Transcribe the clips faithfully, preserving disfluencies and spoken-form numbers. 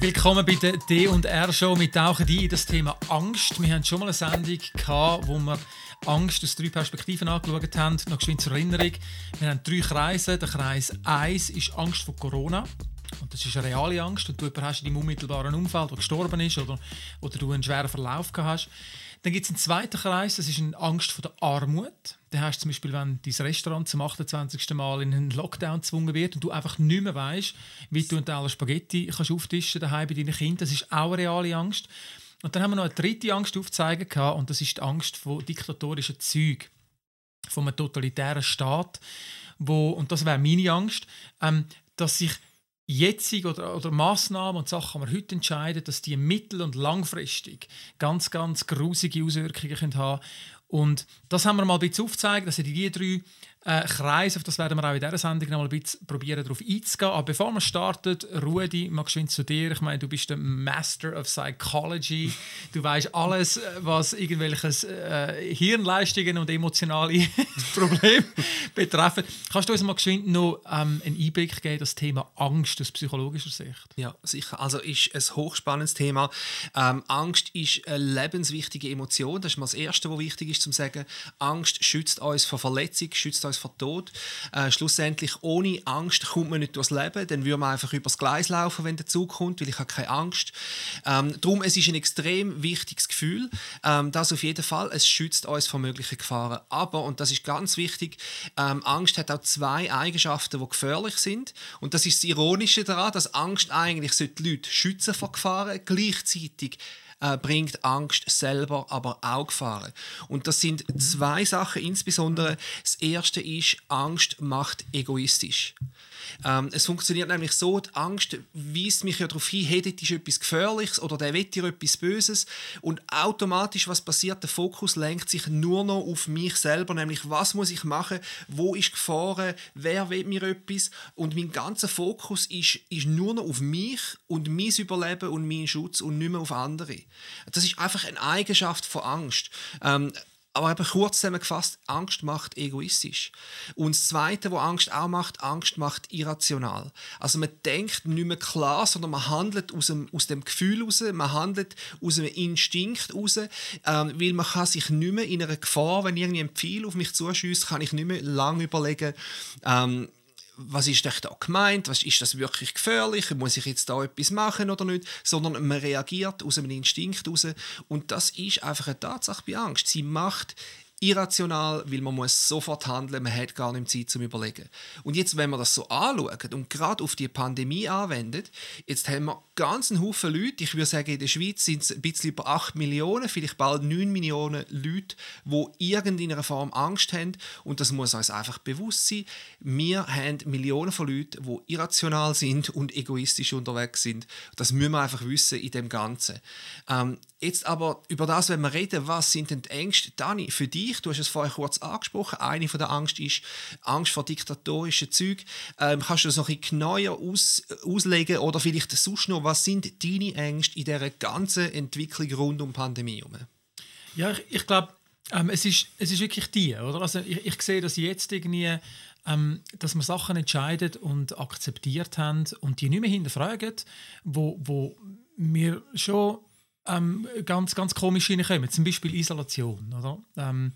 Willkommen bei der D und R Show. Wir tauchen ein in das Thema Angst. Wir hatten schon mal eine Sendung gehabt, wo wir Angst aus drei Perspektiven angeschaut haben. Noch geschwind zur Erinnerung. Wir haben drei Kreise. Der Kreis eins ist Angst vor Corona. Und das ist eine reale Angst. Und du jemanden hast in deinem unmittelbaren Umfeld, der gestorben ist oder, oder du einen schweren Verlauf gehabt hast. Dann gibt es einen zweiten Kreis, das ist eine Angst vor der Armut. Da hast du zum Beispiel, wenn dein Restaurant zum achtundzwanzigsten Mal in einen Lockdown gezwungen wird und du einfach nicht mehr weißt, wie du alle Spaghetti kannst auftischen daheim bei deinen Kindern. Das ist auch eine reale Angst. Und dann haben wir noch eine dritte Angst aufzeigen gehabt, und das ist die Angst vor diktatorischen Zügen, von einem totalitären Staat, wo, und das wäre meine Angst, ähm, dass sich jetzige oder, oder Massnahmen und Sachen, die wir heute entscheiden, dass die mittel- und langfristig ganz, ganz grusige Auswirkungen können haben. Und das haben wir mal ein bisschen aufgezeigt, dass die drei äh, Kreise, auf das werden wir auch in dieser Sendung noch mal ein bisschen probieren, darauf einzugehen. Aber bevor wir starten, Rudi, mal geschwind zu dir. Ich meine, du bist der Master of Psychology. Du weißt alles, was irgendwelche äh, Hirnleistungen und emotionale Probleme betreffen. Kannst du uns mal geschwind noch ähm, einen Einblick geben, das Thema Angst aus psychologischer Sicht? Ja, sicher. Also ist ein hochspannendes Thema. Ähm, Angst ist eine lebenswichtige Emotion. Das ist mal das Erste, was wichtig ist, zu sagen. Angst schützt uns vor Verletzung, schützt uns vor Tod. Äh, schlussendlich, ohne Angst kommt man nicht durchs Leben. Dann würde man einfach übers Gleis laufen, wenn der Zug kommt, weil ich habe keine Angst. Ähm, darum, es ist ein extrem wichtiges Gefühl. Ähm, das auf jeden Fall. Es schützt uns vor möglichen Gefahren. Aber, und das ist ganz wichtig, ähm, Angst hat auch zwei Eigenschaften, die gefährlich sind. Und das ist das Ironische daran, dass Angst eigentlich die Leute schützen vor Gefahren. Gleichzeitig äh, bringt Angst selber aber auch Gefahren. Und das sind zwei Sachen insbesondere. Das erste ist, Angst macht egoistisch. Ähm, es funktioniert nämlich so, die Angst weist mich ja darauf hin, hey, das ist etwas Gefährliches oder der will dir etwas Böses. Und automatisch, was passiert? Der Fokus lenkt sich nur noch auf mich selber, nämlich was muss ich machen, wo ist Gefahr, wer will mir etwas. Und mein ganzer Fokus ist, ist nur noch auf mich und mein Überleben und meinen Schutz und nicht mehr auf andere. Das ist einfach eine Eigenschaft von Angst. Ähm, Aber eben kurz zusammengefasst, Angst macht egoistisch. Und das Zweite, was Angst auch macht, Angst macht irrational. Also man denkt nicht mehr klar, sondern man handelt aus dem, aus dem Gefühl heraus, man handelt aus einem Instinkt heraus, ähm, weil man kann sich nicht mehr in einer Gefahr, wenn irgendwie ein Pfeil auf mich zuschießt, kann ich nicht mehr lange überlegen, ähm, was ist da gemeint, was, ist das wirklich gefährlich, muss ich jetzt da etwas machen oder nicht, sondern man reagiert aus einem Instinkt heraus. Und das ist einfach eine Tatsache bei Angst. Sie macht irrational, weil man muss sofort handeln, man hat gar nicht Zeit zum Überlegen. Und jetzt, wenn man das so anschaut und gerade auf die Pandemie anwendet, jetzt haben wir ganz einen Haufen Leute, ich würde sagen, in der Schweiz sind es ein bisschen über acht Millionen, vielleicht bald neun Millionen Leute, die irgendeiner Form Angst haben, und das muss uns einfach bewusst sein. Wir haben Millionen von Leuten, die irrational sind und egoistisch unterwegs sind. Das müssen wir einfach wissen in dem Ganzen. Ähm, jetzt aber über das, wenn wir reden, was sind denn die Ängste? Dani, für dich, du hast es vorher kurz angesprochen, eine von der Angst ist Angst vor diktatorischen Zügen. Ähm, kannst du das noch ein bisschen genauer aus, auslegen oder vielleicht sonst noch, was sind deine Ängste in dieser ganzen Entwicklung rund um die Pandemie herum? Ja, ich, ich glaube, ähm, es, ist, es ist wirklich die, oder? Also ich, ich sehe das jetzt irgendwie, ähm, dass wir Sachen entscheiden und akzeptiert haben und die nicht mehr hinterfragen, wo, wo wir schon ähm, ganz, ganz komisch hineinkommen. Zum Beispiel Isolation, oder? Ähm,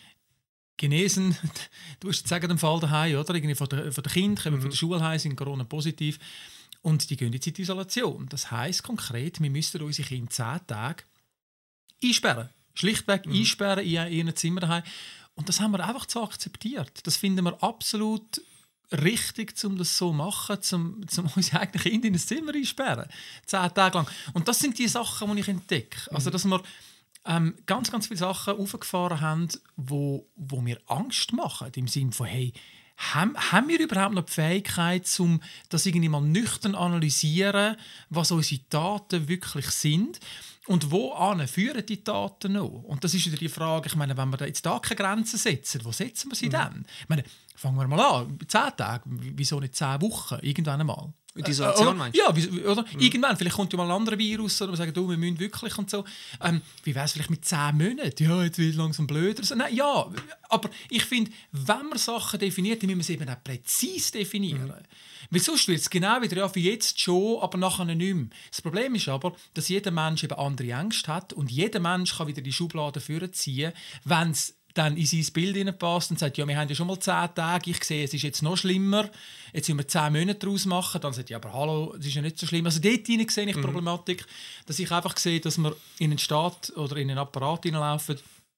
Genesen, du hast jetzt sagen, den Fall daheim, oder? Irgendwie von den, von den Kindern kommen mhm. von der Schule heim, sind Corona-positiv und die gehen jetzt in die Isolation. Das heisst konkret, wir müssen unsere Kinder zehn Tage einsperren. Schlichtweg mhm. einsperren in ihren Zimmer daheim. Und das haben wir einfach so akzeptiert. Das finden wir absolut richtig, um das so zu machen, um, um unsere eigenen Kinder in ein Zimmer einsperren. Zehn Tage lang. Und das sind die Sachen, die ich entdecke. Mhm. Also, dass wir ähm, ganz, ganz viele Sachen aufgefahren haben, wo, wo mir Angst machen. Im Sinne von, hey, haben, haben wir überhaupt noch die Fähigkeit, um das irgendwie mal nüchtern analysieren, was unsere Taten wirklich sind? Und wo führen die Daten noch? Und das ist wieder die Frage, ich meine, wenn wir da jetzt da keine Grenzen setzen, wo setzen wir sie mhm. dann? Ich meine, fangen wir mal an, zehn Tage, wieso nicht zehn Wochen, irgendwann einmal? Die Isolation äh, meinst du? Ja, wie, oder? Mhm. Irgendwann, vielleicht kommt ja mal ein anderer Virus, oder wir sagen, du, wir müssen wirklich und so. Ähm, wie wäre es vielleicht mit zehn Monaten? Ja, jetzt wird es langsam blöder. So, nein, ja, aber ich finde, wenn man Sachen definiert, dann müssen wir sie eben auch präzise definieren. Mhm. Weil sonst wird es genau wieder, ja, wie jetzt schon, aber nachher nicht mehr. Das Problem ist aber, dass jeder Mensch eben andere Ängste hat und jeder Mensch kann wieder die Schublade vorziehen, wenn es dann in sein Bild hineinpasst und sagt, ja, wir haben ja schon mal zehn Tage, ich sehe, es ist jetzt noch schlimmer, jetzt müssen wir zehn Monate daraus machen, dann sagt ja, aber hallo, es ist ja nicht so schlimm. Also dort hinein sehe ich die mhm. Problematik, dass ich einfach sehe, dass wir in einen Staat oder in einen Apparat hineinlaufen,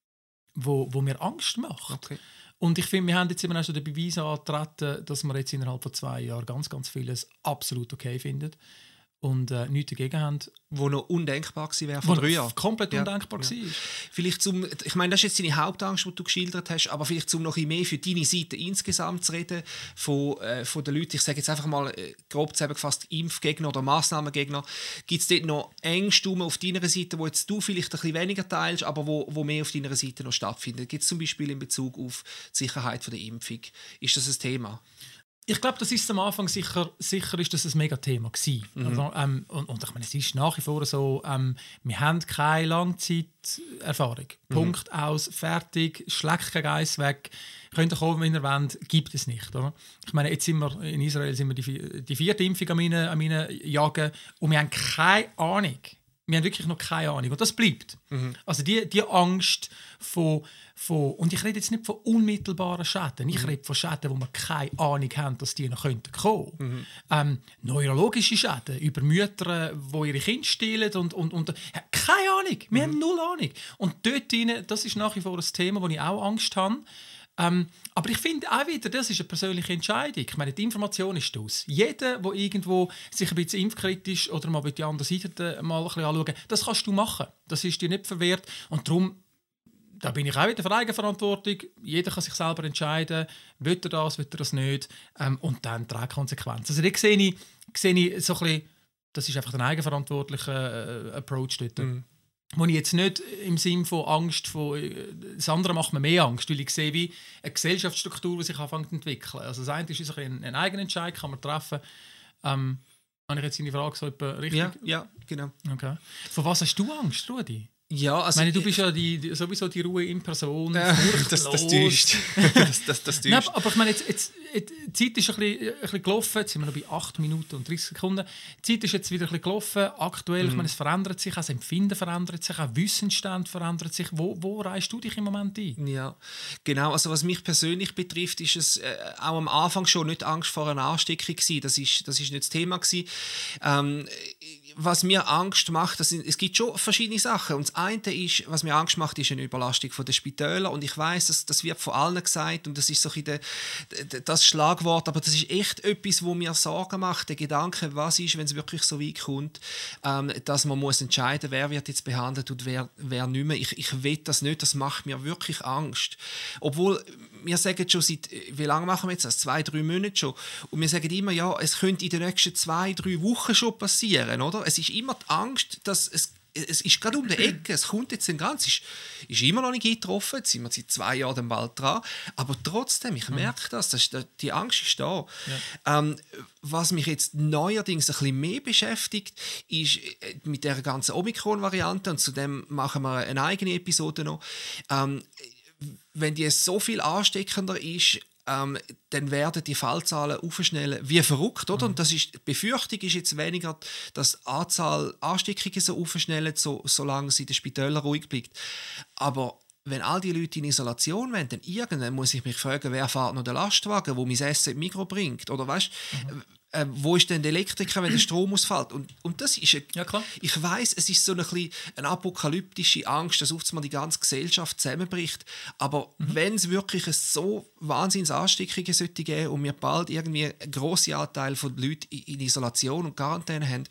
wo, wo mir Angst macht. Okay. Und ich finde, wir haben jetzt immer auch schon den Beweis angetreten, dass wir jetzt innerhalb von zwei Jahren ganz, ganz vieles absolut okay finden und äh, nichts dagegen haben. Wo noch undenkbar gewesen wäre vor drei Jahren. Komplett ja. undenkbar ja. war. Vielleicht zum, ich meine, das ist jetzt deine Hauptangst, die du geschildert hast, aber vielleicht um noch ein bisschen mehr für deine Seite insgesamt zu reden, von, äh, von den Leuten, ich sage jetzt einfach mal äh, grob zusammengefasst, Impfgegner oder Massnahmengegner, gibt es dort noch Ängste auf deiner Seite, wo jetzt du vielleicht ein bisschen weniger teilst, aber wo, wo mehr auf deiner Seite noch stattfindet? Gibt es zum Beispiel in Bezug auf die Sicherheit von der Impfung? Ist das ein Thema? Ich glaube, das ist am Anfang sicher, sicher ist das ein Mega-Thema gewesen. Mhm. Also, ähm, und, und ich meine, es ist nach wie vor so, ähm, wir haben keine Langzeiterfahrung. Mhm. Punkt, aus, fertig, schlägt kein Geiss weg. Könnt ihr kommen, wenn ihr wollt, gibt es nicht. Oder? Ich meine, jetzt sind wir in Israel sind wir die, die vierte Impfung an meinen, an meinen Jagen und wir haben keine Ahnung. Wir haben wirklich noch keine Ahnung. Und das bleibt. Mhm. Also die, die Angst von, von... Und ich rede jetzt nicht von unmittelbaren Schäden. Ich mhm. rede von Schäden, wo wir keine Ahnung haben, dass die noch kommen könnten. Mhm. Ähm, neurologische Schäden über Mütter, die ihre Kinder stillen. Und, und, und, ja, keine Ahnung. Wir mhm. haben null Ahnung. Und dort rein, das ist nach wie vor ein Thema, wo ich auch Angst habe. Ähm, aber ich finde auch wieder, das ist eine persönliche Entscheidung. Ich meine, die Information ist aus. Jeder, der irgendwo sich ein bisschen impfkritisch oder mal die andere Seite mal ein bisschen anschauen, das kannst du machen. Das ist dir nicht verwehrt. Und darum, da bin ich auch wieder für Eigenverantwortung. Jeder kann sich selber entscheiden, will er das, will er das nicht. Ähm, und dann trägt Konsequenzen. Also da sehe ich, sehe ich so ein bisschen, das ist einfach ein eigenverantwortlicher äh, Approach dort. Mhm. Wo ich jetzt nicht im Sinne von Angst, von, das andere macht mir mehr Angst, weil ich sehe, wie eine Gesellschaftsstruktur, die sich anfängt zu entwickeln. Also das eine ist ein, ein eigener Entscheid, kann man treffen. Ähm, habe ich jetzt deine Frage so etwa richtig? Ja, ja, genau. Okay. Von was hast du Angst, Rudi? Ja, also ich meine, du bist ja die, die, sowieso die Ruhe in Person. Äh, das das täuscht. das, das, das Nein, aber ich meine, jetzt, jetzt, jetzt, die Zeit ist ein bisschen, ein bisschen gelaufen. Jetzt sind wir noch bei acht Minuten und dreißig Sekunden. Die Zeit ist jetzt wieder ein bisschen gelaufen. Aktuell, mhm. ich meine, es verändert sich, auch das Empfinden verändert sich, auch Wissensstand verändert sich. Wo, wo reihst du dich im Moment ein? Ja, genau. Also was mich persönlich betrifft, ist es äh, auch am Anfang schon nicht Angst vor einer Ansteckung gewesen. Das ist, das ist nicht das Thema gewesen. Ähm, was mir Angst macht, das sind, es gibt schon verschiedene Sachen. Und das eine ist, was mir Angst macht, ist eine Überlastung der Spitäler. Und ich weiss, das, das wird von allen gesagt und das ist so ein bisschen de, das Schlagwort, aber das ist echt etwas, wo mir Sorgen macht. Der Gedanke, was ist, wenn es wirklich so weit kommt, ähm, dass man muss entscheiden, wer wird jetzt behandelt und wer, wer nicht mehr. Ich, ich will das nicht, das macht mir wirklich Angst. Obwohl, wir sagen schon seit, wie lange machen wir jetzt das? Zwei, drei Monate schon. Und wir sagen immer, ja, es könnte in den nächsten zwei, drei Wochen schon passieren, oder? Es ist immer die Angst, dass es Es ist gerade um die Ecke, es kommt jetzt ein ganz, ist, ist immer noch nicht eingetroffen, jetzt sind wir seit zwei Jahren bald dran, aber trotzdem, ich merke das, das ist, die Angst ist da. Ja. Ähm, was mich jetzt neuerdings ein bisschen mehr beschäftigt, ist mit der ganzen Omikron-Variante, und zu dem machen wir eine eigene Episode noch, ähm, wenn die so viel ansteckender ist, Ähm, dann werden die Fallzahlen aufschnellen wie verrückt, oder? Mhm. Und das ist, die Befürchtung ist jetzt weniger, dass die Anzahl Ansteckungen so aufschnellen, so, solange sie in den Spitälern ruhig bleibt. Aber wenn all die Leute in Isolation wollen, dann irgendwann muss ich mich fragen, wer fährt noch den Lastwagen, der mein Essen im Mikro bringt? Oder weißt, mhm. äh, wo ist denn der Elektriker, wenn der Strom ausfällt? Und, und das ist, eine, ja, klar. Ich weiss, es ist so eine, eine apokalyptische Angst, dass oft mal die ganze Gesellschaft zusammenbricht. Aber mhm. wenn es wirklich so wahnsinns Ansteckungen sollte geben und wir bald irgendwie einen grossen Anteil von Leuten in Isolation und Quarantäne haben,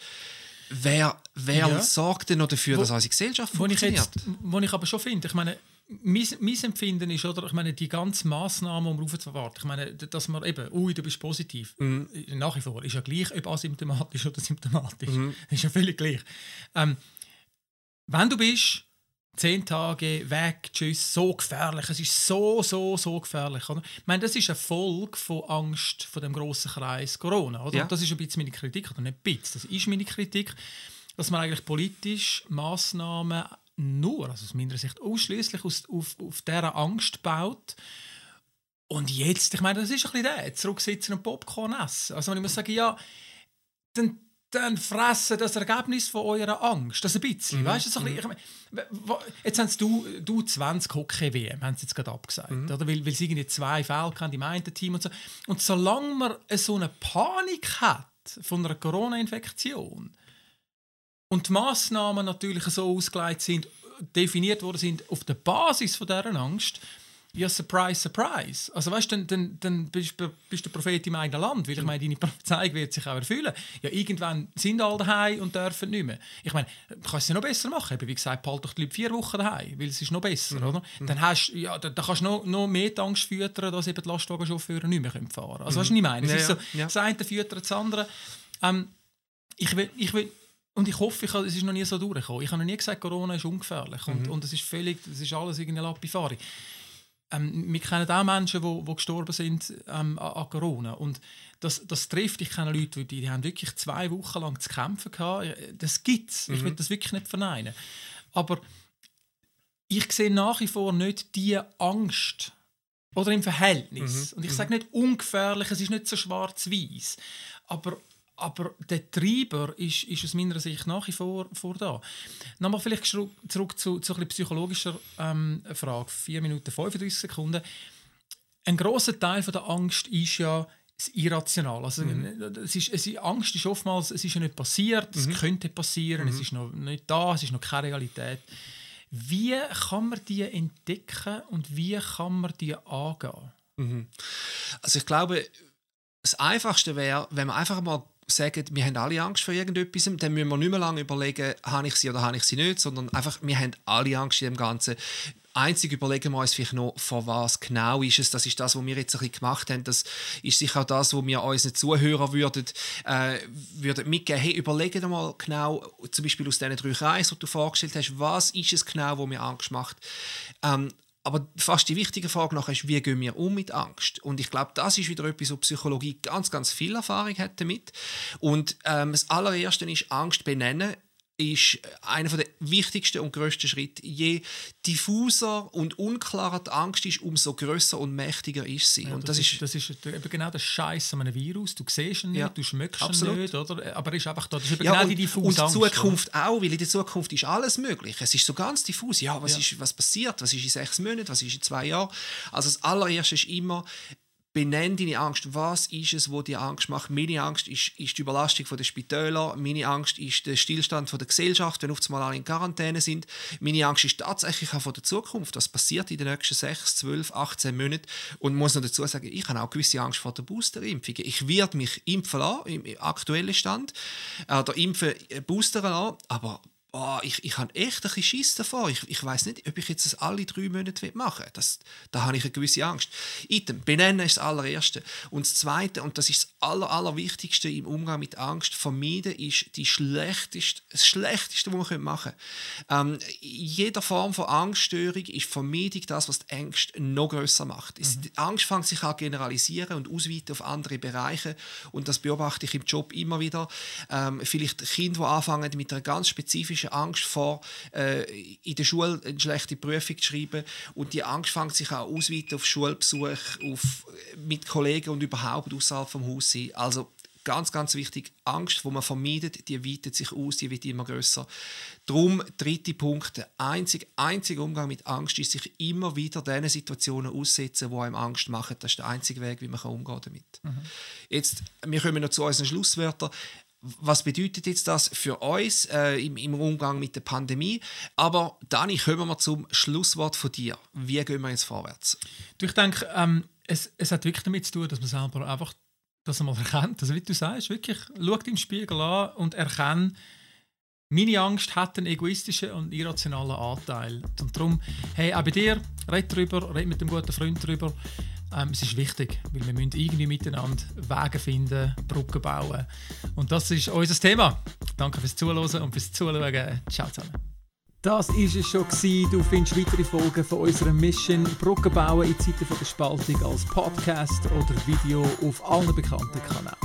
wer, wer ja. sorgt denn noch dafür, wo, dass unsere Gesellschaft funktioniert? Wo ich, jetzt, wo ich aber schon finde, ich meine, Mein, mein Empfinden ist, oder, ich meine, die ganzen Massnahmen, um raufzuwarten, ich meine, dass man eben, ui, du bist positiv, mhm. nach wie vor, ist ja gleich, ob asymptomatisch oder symptomatisch, mhm. ist ja völlig gleich. Ähm, wenn du bist, Zehn Tage weg, tschüss, so gefährlich. Es ist so, so, so gefährlich. Oder? Ich meine, das ist eine Folge von Angst vor dem grossen Kreis Corona. Oder? Ja. Das ist ein bisschen meine Kritik, oder nicht ein bisschen, das ist meine Kritik, dass man eigentlich politisch Massnahmen nur, also aus meiner Sicht ausschließlich auf, auf dieser Angst baut. Und jetzt, ich meine, das ist ein bisschen der, zurücksitzen und Popcorn essen. Also wenn ich muss sagen, ja, dann dann fressen das Ergebnis von eurer Angst. Das ein bisschen. Mhm. Weißt du, so ein bisschen, ich meine, jetzt haben du, du zwanzig Hockey-W M, haben sie jetzt gerade abgesagt. Mhm. Oder? Weil, weil sie irgendwie zwei Fälle hatten im einen Team und so. Und solange man so eine Panik hat von einer Corona-Infektion und die Massnahmen natürlich so ausgelegt sind, definiert worden sind auf der Basis von dieser Angst, ja, surprise, surprise. Also weißt du, dann, dann, dann bist du der Prophet im eigenen Land, weil ich meine, deine Prophezeiung wird sich auch erfüllen. Ja, irgendwann sind alle daheim und dürfen nicht mehr. Ich meine, du kannst es ja noch besser machen. Wie gesagt, behalte doch die Leute vier Wochen daheim, weil es ist noch besser, mhm. oder? Dann, hast, ja, dann, dann kannst du noch, noch mehr die Angst füttern, dass eben die Lastwagenchauffeure nicht mehr fahren können. Also mhm. weißt du, was ich meine? Es ja, ist so, ja. Das eine füttert das andere. Ähm, ich will, ich will Und ich hoffe, ich, es ist noch nie so durchgekommen. Ich habe noch nie gesagt, Corona ist ungefährlich. Und, mhm. und es ist völlig, es ist alles irgendeine Lapifari. Ähm, wir kennen auch Menschen, die, die gestorben sind ähm, an, an Corona. Und das, das trifft, ich kenne Leute, die, die haben wirklich zwei Wochen lang zu kämpfen gehabt. Das gibt es. Mhm. Ich will das wirklich nicht verneinen. Aber ich sehe nach wie vor nicht diese Angst. Oder im Verhältnis. Mhm. Und ich sage nicht ungefährlich, es ist nicht so schwarz-weiß. Aber Aber der Treiber ist, ist aus meiner Sicht nach wie vor, vor da. Nochmal vielleicht zurück zu, zu einer psychologischer ähm, Frage. vier Minuten fünfunddreißig Sekunden. Ein grosser Teil von der Angst ist ja das Irrational. Also, mhm. es ist, es ist, Angst ist oftmals, es ist ja nicht passiert, es mhm. könnte passieren, mhm. es ist noch nicht da, es ist noch keine Realität. Wie kann man die entdecken und wie kann man die angehen? Mhm. Also ich glaube, das Einfachste wäre, wenn man einfach mal sagen, wir haben alle Angst vor irgendetwas, dann müssen wir nicht mehr lange überlegen, habe ich sie oder habe ich sie nicht, sondern einfach, wir haben alle Angst in dem Ganzen. Einzig überlegen wir uns vielleicht noch, vor was genau ist es. Das ist das, was wir jetzt ein bisschen gemacht haben. Das ist sicher auch das, was wir unseren Zuhörern würden, äh, würden mitgeben. Hey, überlege dir mal genau, zum Beispiel aus diesen drei Kreisen, die du vorgestellt hast, was ist es genau, was mir Angst macht. Ähm, Aber fast die wichtige Frage nachher ist, wie gehen wir um mit Angst? Und ich glaube, das ist wieder etwas, wo Psychologie ganz, ganz viel Erfahrung hat damit. Und ähm, das allererste ist, Angst benennen ist einer der wichtigsten und grössten Schritte. Je diffuser und unklarer die Angst ist, umso grösser und mächtiger ist sie. Ja, und das, das, ist, das ist eben genau der Scheiß an einem Virus. Du siehst ihn nicht, ja, du schmeckst ihn nicht, oder? Aber er ist einfach da. Das ist eben ja, genau und, die diffuse Angst. Und die Zukunft oder? auch, weil in der Zukunft ist alles möglich. Es ist so ganz diffus. Ja, was, ja. Ist, was passiert? Was ist in sechs Monaten? Was ist in zwei Jahren? Also das allererste ist immer, benenn deine Angst. Was ist es, was dir Angst macht? Meine Angst ist, ist die Überlastung der Spitäler. Meine Angst ist der Stillstand der Gesellschaft, wenn auf einmal alle in Quarantäne sind. Meine Angst ist tatsächlich auch von der Zukunft. Was passiert in den nächsten sechs, zwölf, achtzehn Monaten? Und ich muss noch dazu sagen, ich habe auch gewisse Angst vor der Boosterimpfung. Ich werde mich impfen lassen, im aktuellen Stand. Äh, der Impfen boostern lassen, aber Oh, ich, ich habe echt ein bisschen Schiss davor. Ich, ich weiss nicht, ob ich jetzt das alle drei Monate machen will. Das, da habe ich eine gewisse Angst. Item, benennen ist das allererste. Und das zweite, und das ist das aller, allerwichtigste im Umgang mit Angst, vermeiden ist die schlechteste, das Schlechteste, was man machen können. Ähm, in jeder Form von Angststörung ist Vermeidung das, was die Ängste noch grösser macht. Mhm. Die Angst fängt sich an generalisieren und ausweiten auf andere Bereiche. Und das beobachte ich im Job immer wieder. Ähm, vielleicht Kinder, die anfangen mit einer ganz spezifischen Angst vor, äh, in der Schule eine schlechte Prüfung zu schreiben, und die Angst fängt sich auch ausweiten auf Schulbesuch, auf, mit Kollegen und überhaupt außerhalb vom Haus sein. Also ganz, ganz wichtig, Angst, die man vermeidet, die weitet sich aus, die wird immer grösser. Darum, dritter Punkt, der einzige, einzige Umgang mit Angst ist, sich immer wieder diesen Situationen aussetzen, die einem Angst machen. Das ist der einzige Weg, wie man umgehen damit. Mhm. Jetzt, wir kommen noch zu unseren Schlusswörtern. Was bedeutet jetzt das für uns äh, im, im Umgang mit der Pandemie? Aber Dani, kommen wir zum Schlusswort von dir. Wie gehen wir jetzt vorwärts? Du, ich denke, ähm, es, es hat wirklich damit zu tun, dass man selber einfach das einmal erkennt. Also wie du sagst, wirklich, schau den Spiegel an und erkenne, meine Angst hat einen egoistischen und irrationalen Anteil. Und darum, hey, auch bei dir, red drüber, red mit einem guten Freund drüber. Ähm, es ist wichtig, weil wir müssen irgendwie miteinander Wege finden, Brücken bauen. Und das ist unser Thema. Danke fürs Zuhören und fürs Zuschauen. Ciao zusammen. Das war es schon gewesen. Du findest weitere Folgen von unserer Mission Brücken bauen in Zeiten der Spaltung als Podcast oder Video auf allen bekannten Kanälen.